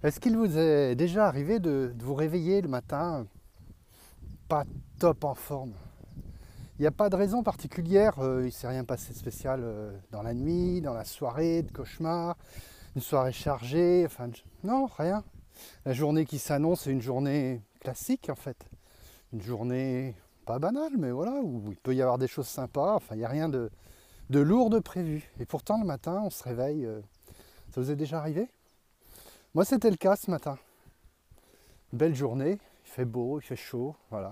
Est-ce qu'il vous est déjà arrivé de vous réveiller le matin pas top en forme? Il n'y a pas de raison particulière, il ne s'est rien passé de spécial dans la nuit, dans la soirée, de cauchemar, une soirée chargée, enfin non, rien. La journée qui s'annonce est une journée classique en fait, une journée pas banale, mais voilà, où il peut y avoir des choses sympas, enfin il n'y a rien de lourd de prévu. Et pourtant le matin on se réveille, ça vous est déjà arrivé? Moi c'était le cas ce matin. Belle journée, il fait beau, il fait chaud, voilà.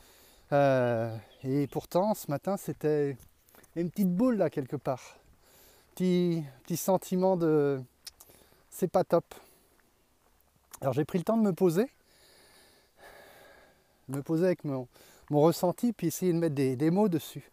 Et pourtant, ce matin, c'était une petite boule là quelque part. Petit sentiment de c'est pas top. Alors j'ai pris le temps de me poser avec mon ressenti, puis essayer de mettre des mots dessus.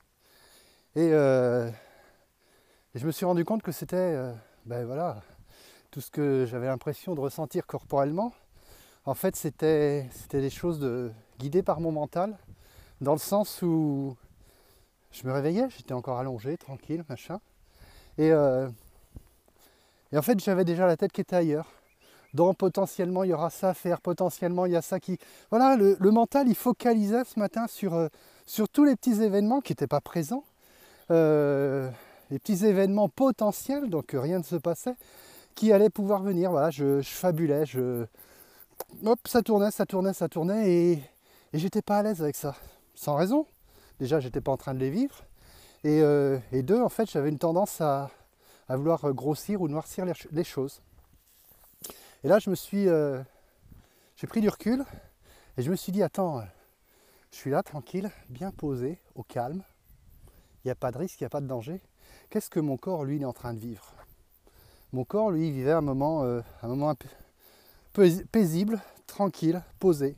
Et je me suis rendu compte que c'était ben voilà, tout ce que j'avais l'impression de ressentir corporellement. En fait, c'était des choses guidées par mon mental, dans le sens où je me réveillais, j'étais encore allongé, tranquille, machin. Et, euh, et en fait, j'avais déjà la tête qui était ailleurs. Donc potentiellement, il y aura ça à faire, potentiellement, il y a ça qui... Voilà, le mental, il focalisait ce matin sur tous les petits événements qui n'étaient pas présents. Les petits événements potentiels, donc rien ne se passait, qui allaient pouvoir venir. Voilà, je fabulais, hop, ça tournait, ça tournait, ça tournait, et j'étais pas à l'aise avec ça. Sans raison. Déjà, j'étais pas en train de les vivre. Et deux, en fait, j'avais une tendance à vouloir grossir ou noircir les choses. Et là, j'ai pris du recul et je me suis dit, attends, je suis là, tranquille, bien posé, au calme. Il n'y a pas de risque, il n'y a pas de danger. Qu'est-ce que mon corps, lui, il est en train de vivre? Mon corps, lui, vivait un moment un peu paisible, tranquille, posé.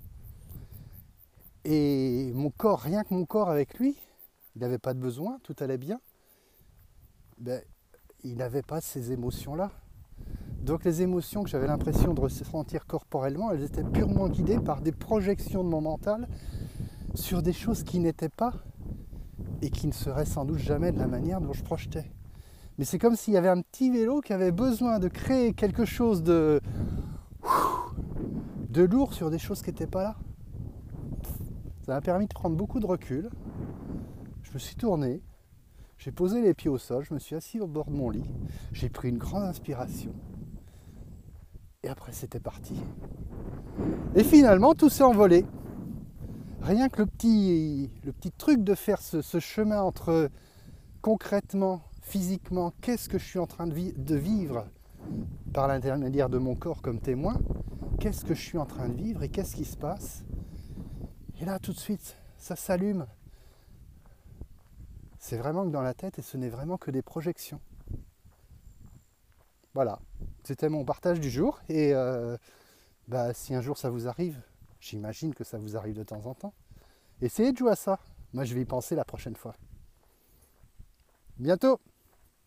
Et mon corps, rien que mon corps avec lui, il n'avait pas de besoin, tout allait bien. Ben, il n'avait pas ces émotions-là. Donc les émotions que j'avais l'impression de ressentir corporellement, elles étaient purement guidées par des projections de mon mental sur des choses qui n'étaient pas et qui ne seraient sans doute jamais de la manière dont je projetais. Mais c'est comme s'il y avait un petit vélo qui avait besoin de créer quelque chose de lourd sur des choses qui n'étaient pas là. Ça m'a permis de prendre beaucoup de recul. Je me suis tourné, j'ai posé les pieds au sol, je me suis assis au bord de mon lit, j'ai pris une grande inspiration. Et après c'était parti. Et finalement tout s'est envolé. Rien que le petit truc de faire ce chemin entre concrètement, physiquement, qu'est-ce que je suis en train de vivre par l'intermédiaire de mon corps comme témoin, qu'est-ce que je suis en train de vivre et qu'est-ce qui se passe. Et là tout de suite, ça s'allume. C'est vraiment que dans la tête et ce n'est vraiment que des projections. Voilà, c'était mon partage du jour et si un jour ça vous arrive, j'imagine que ça vous arrive de temps en temps, essayez de jouer à ça. Moi je vais y penser la prochaine fois. Bientôt!